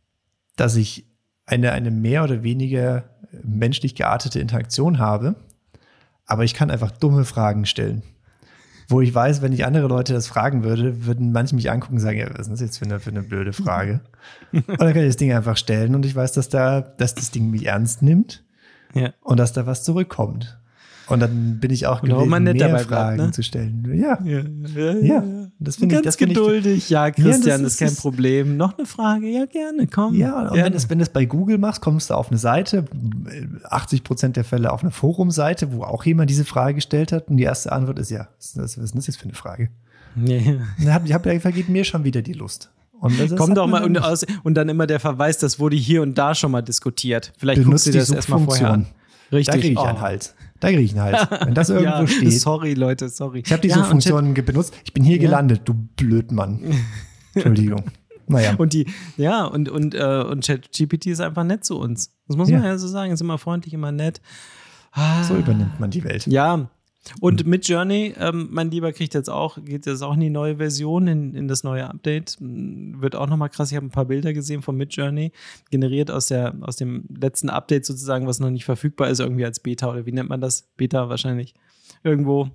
dass ich eine, eine mehr oder weniger menschlich geartete Interaktion habe, aber ich kann einfach dumme Fragen stellen. Wo ich weiß, wenn ich andere Leute das fragen würde, würden manche mich angucken und sagen, ja, was ist das jetzt für eine, für eine blöde Frage? Und dann kann ich das Ding einfach stellen und ich weiß, dass da, dass das Ding mich ernst nimmt ja. und dass da was zurückkommt. Und dann bin ich auch gewillt, mehr dabei Fragen bleibt, ne? zu stellen. Ja, ja, ja. ja. Das finde ich, ganz das find geduldig. Ich, ja, Christian, ja, das ist kein Problem. Noch eine Frage? Ja, gerne, komm. Ja, und wenn du es wenn bei Google machst, kommst du auf eine Seite, achtzig Prozent der Fälle auf eine Forumseite, wo auch jemand diese Frage gestellt hat. Und die erste Antwort ist ja, was, was ist das jetzt für eine Frage? Ja. Dann hab, ich hab, vergeht mir schon wieder die Lust. Und das Kommt doch mal und, aus, und dann immer der Verweis, das wurde hier und da schon mal diskutiert. Vielleicht guckst du dir das erstmal vorher an. Richtig. Da kriege ich oh. einen Hals. Da kriege ich einen Hals. Wenn das irgendwo ja, steht. Sorry, Leute, sorry. Ich habe diese ja, Funktion benutzt. Ich bin hier ja. gelandet, du Blödmann. Entschuldigung. Naja. Und die, ja, und, und, äh, und ChatGPT ist einfach nett zu uns. Das muss man ja, ja so sagen. Ist immer freundlich, immer nett. Ah. So übernimmt man die Welt. Ja. Und mit Journey, ähm, mein Lieber, kriegt jetzt auch, geht jetzt auch in die neue Version, in, in das neue Update. Wird auch nochmal krass. Ich habe ein paar Bilder gesehen von Midjourney, generiert aus, der, aus dem letzten Update sozusagen, was noch nicht verfügbar ist, irgendwie als Beta oder wie nennt man das? Beta wahrscheinlich. Irgendwo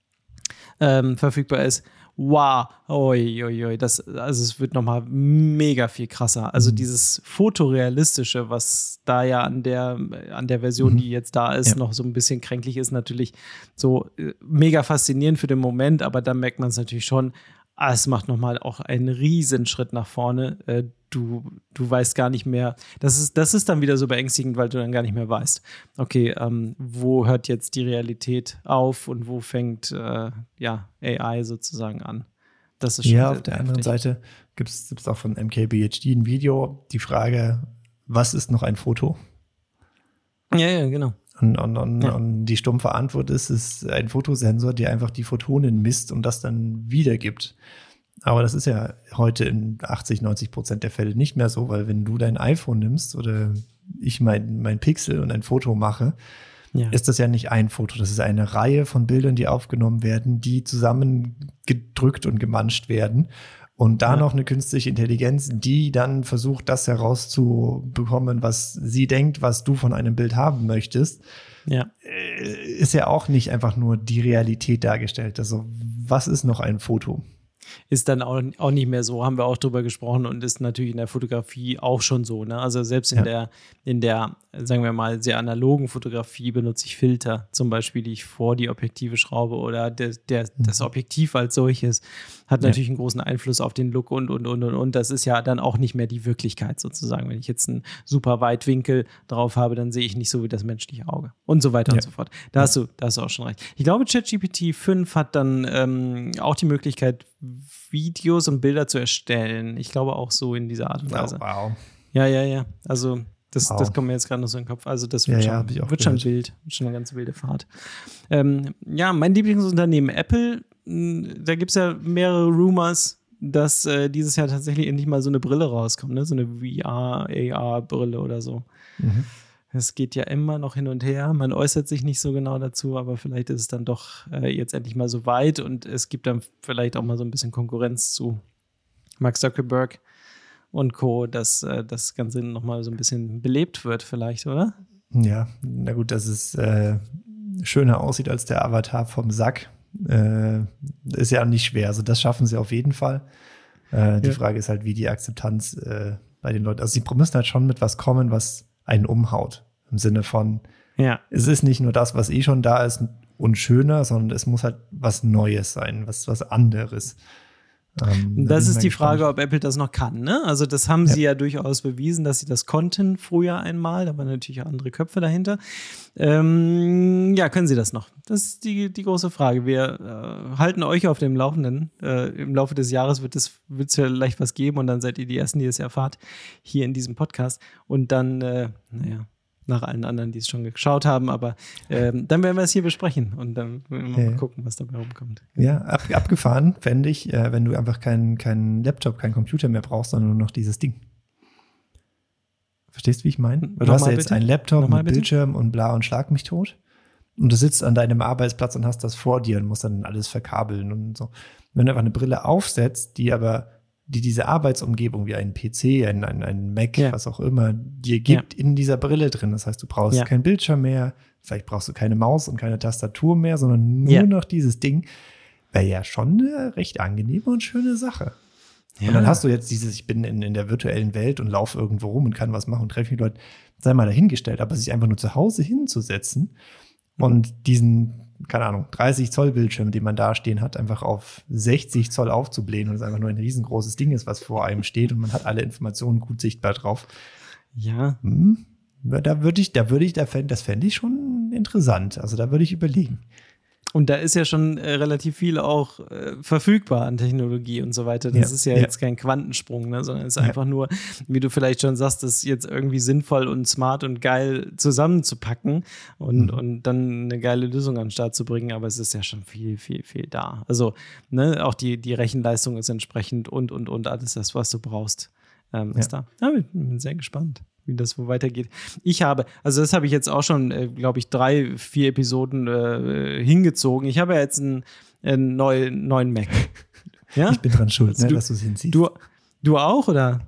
ähm, verfügbar ist. Wow, oi, oi, oi. Das, also es wird nochmal mega viel krasser. Also mhm. dieses Fotorealistische, was da ja an der, an der Version, mhm. die jetzt da ist, ja. noch so ein bisschen kränklich ist, natürlich so äh, mega faszinierend für den Moment, aber dann merkt man es natürlich schon, ah, es macht nochmal auch einen riesen Schritt nach vorne. Äh, du, du weißt gar nicht mehr, das ist, das ist dann wieder so beängstigend, weil du dann gar nicht mehr weißt, okay, ähm, wo hört jetzt die Realität auf und wo fängt äh, ja, A I sozusagen an. Das ist schon ja, auf der heftig. Anderen Seite gibt es auch von M K B H D ein Video, die Frage, was ist noch ein Foto? Ja, ja, genau. Und, und, und, ja. und die stumpfe Antwort ist, es ist ein Fotosensor, der einfach die Photonen misst und das dann wiedergibt. Aber das ist ja heute in achtzig, neunzig Prozent der Fälle nicht mehr so, weil wenn du dein iPhone nimmst oder ich mein, mein Pixel und ein Foto mache, ja. ist das ja nicht ein Foto. Das ist eine Reihe von Bildern, die aufgenommen werden, die zusammengedrückt und gemanscht werden. Und da ja. noch eine künstliche Intelligenz, die dann versucht, das herauszubekommen, was sie denkt, was du von einem Bild haben möchtest, ja. ist ja auch nicht einfach nur die Realität dargestellt. Also was ist noch ein Foto? Ist dann auch, auch nicht mehr so, haben wir auch drüber gesprochen und ist natürlich in der Fotografie auch schon so. Ne? Also selbst in, ja. der, in der, sagen wir mal, sehr analogen Fotografie benutze ich Filter, zum Beispiel, die ich vor die Objektive schraube oder der, der, mhm. das Objektiv als solches hat ja. natürlich einen großen Einfluss auf den Look und, und, und, und, und. Das ist ja dann auch nicht mehr die Wirklichkeit sozusagen. Wenn ich jetzt einen super Weitwinkel drauf habe, dann sehe ich nicht so wie das menschliche Auge und so weiter ja. und so fort. Da, ja. hast du, da hast du auch schon recht. Ich glaube, ChatGPT fünf hat dann ähm, auch die Möglichkeit, Videos und Bilder zu erstellen. Ich glaube auch so in dieser Art und Weise. Oh, wow. Ja, ja, ja. Also das, wow. das kommt mir jetzt gerade noch so in den Kopf. Also das wird, ja, schon, ja, wird schon wild. Wird schon eine ganz wilde Fahrt. Ähm, ja, mein Lieblingsunternehmen Apple, da gibt es ja mehrere Rumors, dass äh, dieses Jahr tatsächlich endlich mal so eine Brille rauskommt, ne? So eine V R, A R-Brille oder so. Mhm. Es geht ja immer noch hin und her. Man äußert sich nicht so genau dazu, aber vielleicht ist es dann doch äh, jetzt endlich mal so weit und es gibt dann vielleicht auch mal so ein bisschen Konkurrenz zu, Mark Zuckerberg und Co., dass äh, das Ganze nochmal so ein bisschen belebt wird vielleicht, oder? Ja, na gut, dass es äh, schöner aussieht als der Avatar vom Sack, äh, ist ja nicht schwer. Also das schaffen sie auf jeden Fall. Äh, die ja. Frage ist halt, wie die Akzeptanz äh, bei den Leuten, also sie müssen halt schon mit was kommen, was einen umhaut. Im Sinne von, ja. es ist nicht nur das, was eh schon da ist und schöner, sondern es muss halt was Neues sein, was, was anderes. Ähm, da das ist die gespannt. Frage, ob Apple das noch kann. Ne? Also das haben ja. sie ja durchaus bewiesen, dass sie das konnten früher einmal. Da waren natürlich auch andere Köpfe dahinter. Ähm, ja, können sie das noch? Das ist die, die große Frage. Wir äh, halten euch auf dem Laufenden. Äh, Im Laufe des Jahres wird es wird's vielleicht was geben und dann seid ihr die Ersten, die es erfahrt, hier in diesem Podcast. Und dann, äh, naja, nach allen anderen, die es schon geschaut haben, aber ähm, dann werden wir es hier besprechen und dann werden wir ja. mal gucken, was dabei rumkommt. Ja, ab, abgefahren fände ich, äh, wenn du einfach keinen kein Laptop, keinen Computer mehr brauchst, sondern nur noch dieses Ding. Verstehst du, wie ich meine? Du hast ja jetzt bitte? einen Laptop Nochmal mit bitte? Bildschirm und bla und schlag mich tot und du sitzt an deinem Arbeitsplatz und hast das vor dir und musst dann alles verkabeln und so. Wenn du einfach eine Brille aufsetzt, die aber die diese Arbeitsumgebung wie ein P C, ein, ein, ein Mac, ja. was auch immer, dir gibt ja. in dieser Brille drin. Das heißt, du brauchst ja. keinen Bildschirm mehr, vielleicht brauchst du keine Maus und keine Tastatur mehr, sondern nur ja. noch dieses Ding. Wäre ja schon eine recht angenehme und schöne Sache. Ja. Und dann hast du jetzt dieses, ich bin in, in der virtuellen Welt und laufe irgendwo rum und kann was machen und treffe mich Leute, sei mal dahingestellt, aber sich einfach nur zu Hause hinzusetzen und diesen keine Ahnung, dreißig Zoll Bildschirm, den man da stehen hat, einfach auf sechzig Zoll aufzublähen und es einfach nur ein riesengroßes Ding ist, was vor einem steht und man hat alle Informationen gut sichtbar drauf. Ja. Hm, da würde ich, da würde ich, da fänd, das fände ich schon interessant. Also da würde ich überlegen. Und da ist ja schon äh, relativ viel auch äh, verfügbar an Technologie und so weiter. Das ja, ist ja, ja jetzt kein Quantensprung, ne, sondern es ist ja. einfach nur, wie du vielleicht schon sagst, das jetzt irgendwie sinnvoll und smart und geil zusammenzupacken und, mhm. und dann eine geile Lösung an den Start zu bringen. Aber es ist ja schon viel, viel, viel da. Also ne, auch die, die Rechenleistung ist entsprechend und, und, und alles das, was du brauchst, ähm, ist ja. da. Ja, ich bin sehr gespannt, wie das wo weitergeht. Ich habe, also das habe ich jetzt auch schon, äh, glaube ich, drei, vier Episoden äh, hingezogen. Ich habe ja jetzt einen, einen neu, neuen Mac. Ja? Ich bin dran schuld, also ne, du, dass du es hinziehst. Du, du auch, oder?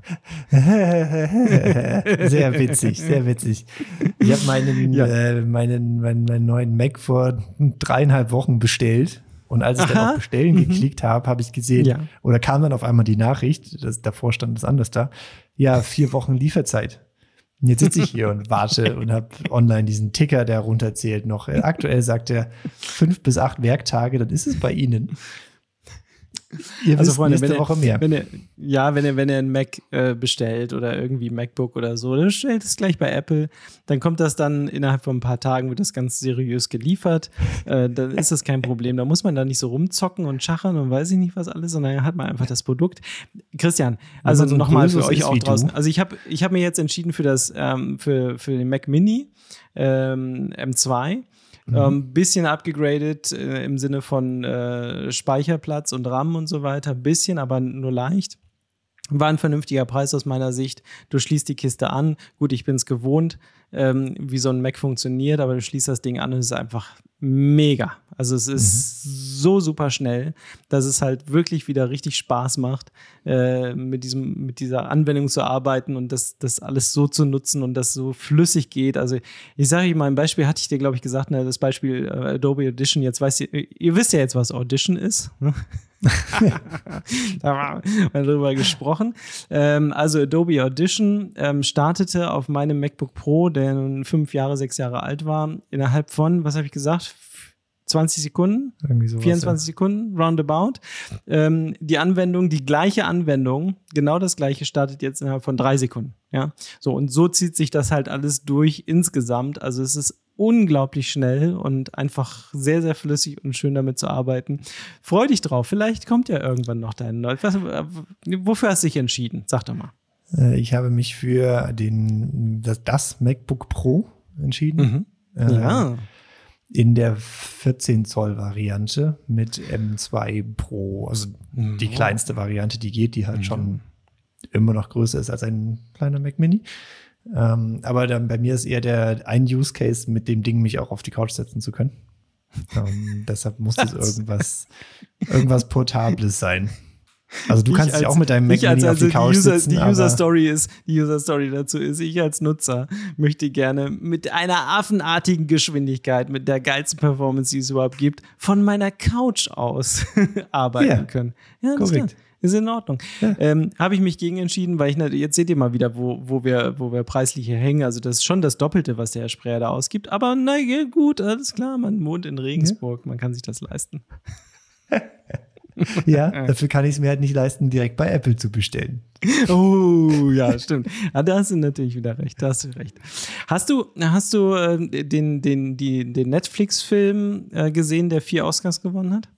Sehr witzig, sehr witzig. Ich habe meinen, ja. äh, meinen, meinen, meinen neuen Mac vor dreieinhalb Wochen bestellt. Und als ich Aha. dann auf Bestellen mhm. geklickt habe, habe ich gesehen, ja. oder kam dann auf einmal die Nachricht, das, davor stand es anders da, ja, vier Wochen Lieferzeit. Und jetzt sitze ich hier und warte und habe online diesen Ticker, der runterzählt noch. Aktuell sagt er fünf bis acht Werktage, dann ist es bei Ihnen. Ihr also wisst Freunde, nächste wenn Woche ihr, mehr. Wenn ihr, ja, wenn ihr, wenn ihr einen Mac äh, bestellt oder irgendwie MacBook oder so, dann stellt es gleich bei Apple. Dann kommt das dann innerhalb von ein paar Tagen, wird das ganz seriös geliefert. Äh, dann ist das kein Problem. Da muss man da nicht so rumzocken und schachern und weiß ich nicht was alles, sondern dann hat man einfach das Produkt. Christian, also so nochmal für euch auch draußen. Du. Also ich habe ich hab mir jetzt entschieden für das ähm, für, für den Mac Mini ähm, M zwei. Mhm. Ähm, bisschen abgegradet äh, im Sinne von äh, Speicherplatz und RAM und so weiter. Bisschen, aber nur leicht. War ein vernünftiger Preis aus meiner Sicht. Du schließt die Kiste an. Gut, ich bin es gewohnt, ähm, wie so ein Mac funktioniert, aber du schließt das Ding an und es ist einfach mega. Also es ist mhm. so super schnell, dass es halt wirklich wieder richtig Spaß macht, äh, mit diesem, mit dieser Anwendung zu arbeiten und das, das alles so zu nutzen und das so flüssig geht. Also ich sage euch mal ein Beispiel, hatte ich dir, glaube ich, gesagt, ne, das Beispiel äh, Adobe Audition. Jetzt weißt ihr, ihr wisst ja jetzt, was Audition ist. Da haben wir drüber gesprochen. Ähm, also Adobe Audition ähm, startete auf meinem MacBook Pro, der nun fünf Jahre, sechs Jahre alt war, innerhalb von, was habe ich gesagt, zwanzig Sekunden, sowas, vierundzwanzig ja. Sekunden, roundabout. Ähm, die Anwendung, die gleiche Anwendung, genau das gleiche, startet jetzt innerhalb von drei Sekunden. Ja, so und so zieht sich das halt alles durch insgesamt. Also es ist unglaublich schnell und einfach sehr, sehr flüssig und schön damit zu arbeiten. Freu dich drauf. Vielleicht kommt ja irgendwann noch dein neues. Wofür hast du dich entschieden? Sag doch mal. Ich habe mich für den, das, das MacBook Pro entschieden. Mhm. Äh, ja. In der vierzehn Zoll Variante mit M zwei Pro. Also mhm. die kleinste Variante, die geht, die halt mhm. schon immer noch größer ist als ein kleiner Mac Mini. Ähm, aber dann bei mir ist eher der ein Use Case, mit dem Ding mich auch auf die Couch setzen zu können. Ähm, deshalb muss es irgendwas, irgendwas Portables sein. Also du kannst als, dich auch mit deinem Mac Mini als, auf die also Couch die User, sitzen, die aber User Story ist, die User Story dazu ist, ich als Nutzer möchte gerne mit einer affenartigen Geschwindigkeit, mit der geilsten Performance, die es überhaupt gibt, von meiner Couch aus arbeiten Ja, können. Ja, das korrekt. ist in Ordnung. Ja. Ähm, habe ich mich gegen entschieden, weil ich, jetzt seht ihr mal wieder, wo, wo, wir, wo wir preislich hier hängen. Also das ist schon das Doppelte, was der Herr Spreer da ausgibt. Aber na ja, gut, alles klar, man wohnt in Regensburg, man kann sich das leisten. Ja, dafür kann ich es mir halt nicht leisten, direkt bei Apple zu bestellen. Oh, ja, stimmt. Ah, da hast du natürlich wieder recht. Da hast du recht. Hast du, hast du äh, den, den, die, den Netflix-Film äh, gesehen, der vier Oscars gewonnen hat?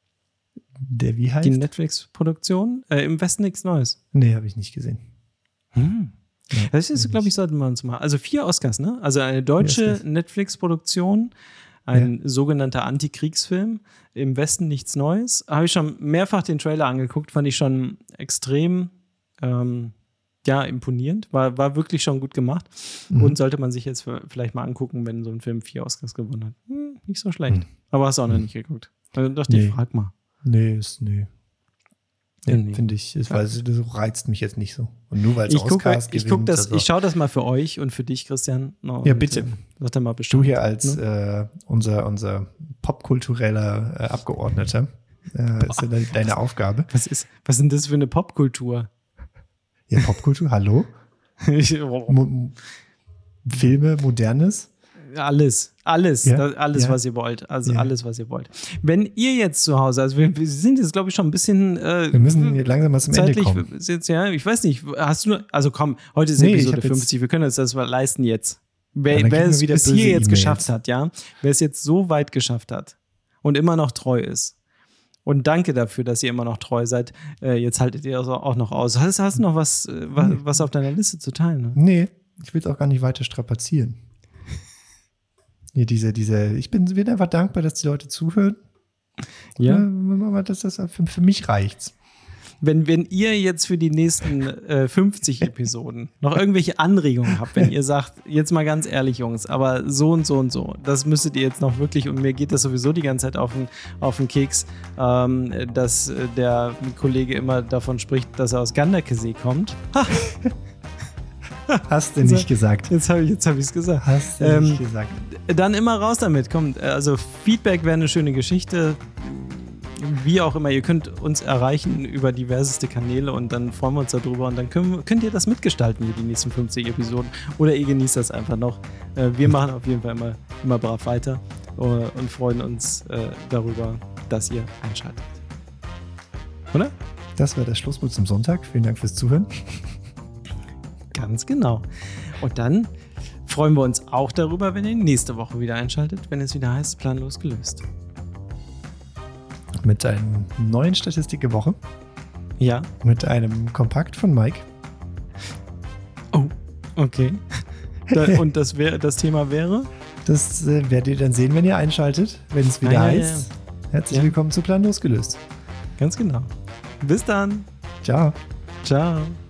Der wie heißt? Die Netflix-Produktion? Äh, Im Westen nichts Neues. Nee, habe ich nicht gesehen. Hm. Ja, Das ist, glaube ich, sollten wir uns mal. Also vier Oscars, ne? Also eine deutsche Oscars. Netflix-Produktion, ein Ja. sogenannter Antikriegsfilm. Im Westen nichts Neues. Habe ich schon mehrfach den Trailer angeguckt, fand ich schon extrem ähm, ja, imponierend. War, war wirklich schon gut gemacht. Mhm. Und sollte man sich jetzt vielleicht mal angucken, wenn so ein Film vier Oscars gewonnen hat. Hm, nicht so schlecht. Mhm. Aber hast du auch noch nicht geguckt. Also dachte ich, Nee. frag mal. Nee, ist nee. Nee, Nee. finde ich, ist, weil es das reizt mich jetzt nicht so. Und nur weil es Ich gucke, Oscars ich, gewinnt. guck das, also, ich schaue das mal für euch und für dich, Christian. No, Ja, und, bitte. äh, Sag dann mal Bescheid. du hier als äh, unser, unser popkultureller äh, Abgeordneter, äh, ist ja de deine Aufgabe. Was ist, was ist denn das für eine Popkultur? Ja, Popkultur, hallo? Ich- Mo Filme, Modernes? Alles, alles, Ja, das, alles, ja. was ihr wollt. Also Ja. alles, was ihr wollt. Wenn ihr jetzt zu Hause, also wir, wir sind jetzt, glaube ich, schon ein bisschen äh, Wir müssen hier langsam mal zum Ende zeitlich, kommen. ist jetzt, ja, ich weiß nicht, hast du, also komm, heute ist Nee, ich Episode hab jetzt- fünfzig, wir können uns das mal leisten jetzt. Wer, Ja, dann wer kriegen wir es wieder bis böse hier jetzt E-Mails. geschafft hat, ja, wer es jetzt so weit geschafft hat und immer noch treu ist. Und danke dafür, dass ihr immer noch treu seid. Äh, jetzt haltet ihr also auch noch aus. Hast, hast du noch was, äh, was, was auf deiner Liste zu teilen? Ne? Nee, ich will es auch gar nicht weiter strapazieren. Hier diese, diese, ich bin, bin einfach dankbar, dass die Leute zuhören. Ja. Äh, aber das, das, für, für mich reicht's. Wenn, wenn ihr jetzt für die nächsten äh, fünfzig Episoden noch irgendwelche Anregungen habt, wenn ihr sagt, jetzt mal ganz ehrlich, Jungs, aber so und so und so, das müsstet ihr jetzt noch wirklich, und mir geht das sowieso die ganze Zeit auf den, auf den Keks, ähm, dass äh, der Kollege immer davon spricht, dass er aus Ganderkesee kommt. Ha, Hast du nicht gesagt. jetzt habe ich es hab ich's gesagt. Hast du Ähm, nicht gesagt. Dann immer raus damit. Kommt, also Feedback wäre eine schöne Geschichte. Wie auch immer, ihr könnt uns erreichen über diverseste Kanäle und dann freuen wir uns darüber und dann können, könnt ihr das mitgestalten hier die nächsten fünfzig Episoden oder ihr genießt das einfach noch. Äh, wir machen auf jeden Fall immer, immer brav weiter äh, und freuen uns äh, darüber, dass ihr einschaltet. Oder? Das war das Schlusswort zum Sonntag. Vielen Dank fürs Zuhören. Ganz genau. Und dann freuen wir uns auch darüber, wenn ihr nächste Woche wieder einschaltet, wenn es wieder heißt, planlos gelöst. Mit einer neuen Statistik der Woche. Ja. Mit einem Kompakt von Mike. Oh, okay. Da, und das, wär, das Thema wäre? Das äh, werdet ihr dann sehen, wenn ihr einschaltet, wenn es wieder Ah, ja, heißt. Herzlich Ja. willkommen zu Planlos gelöst. Ganz genau. Bis dann. Ciao. Ciao.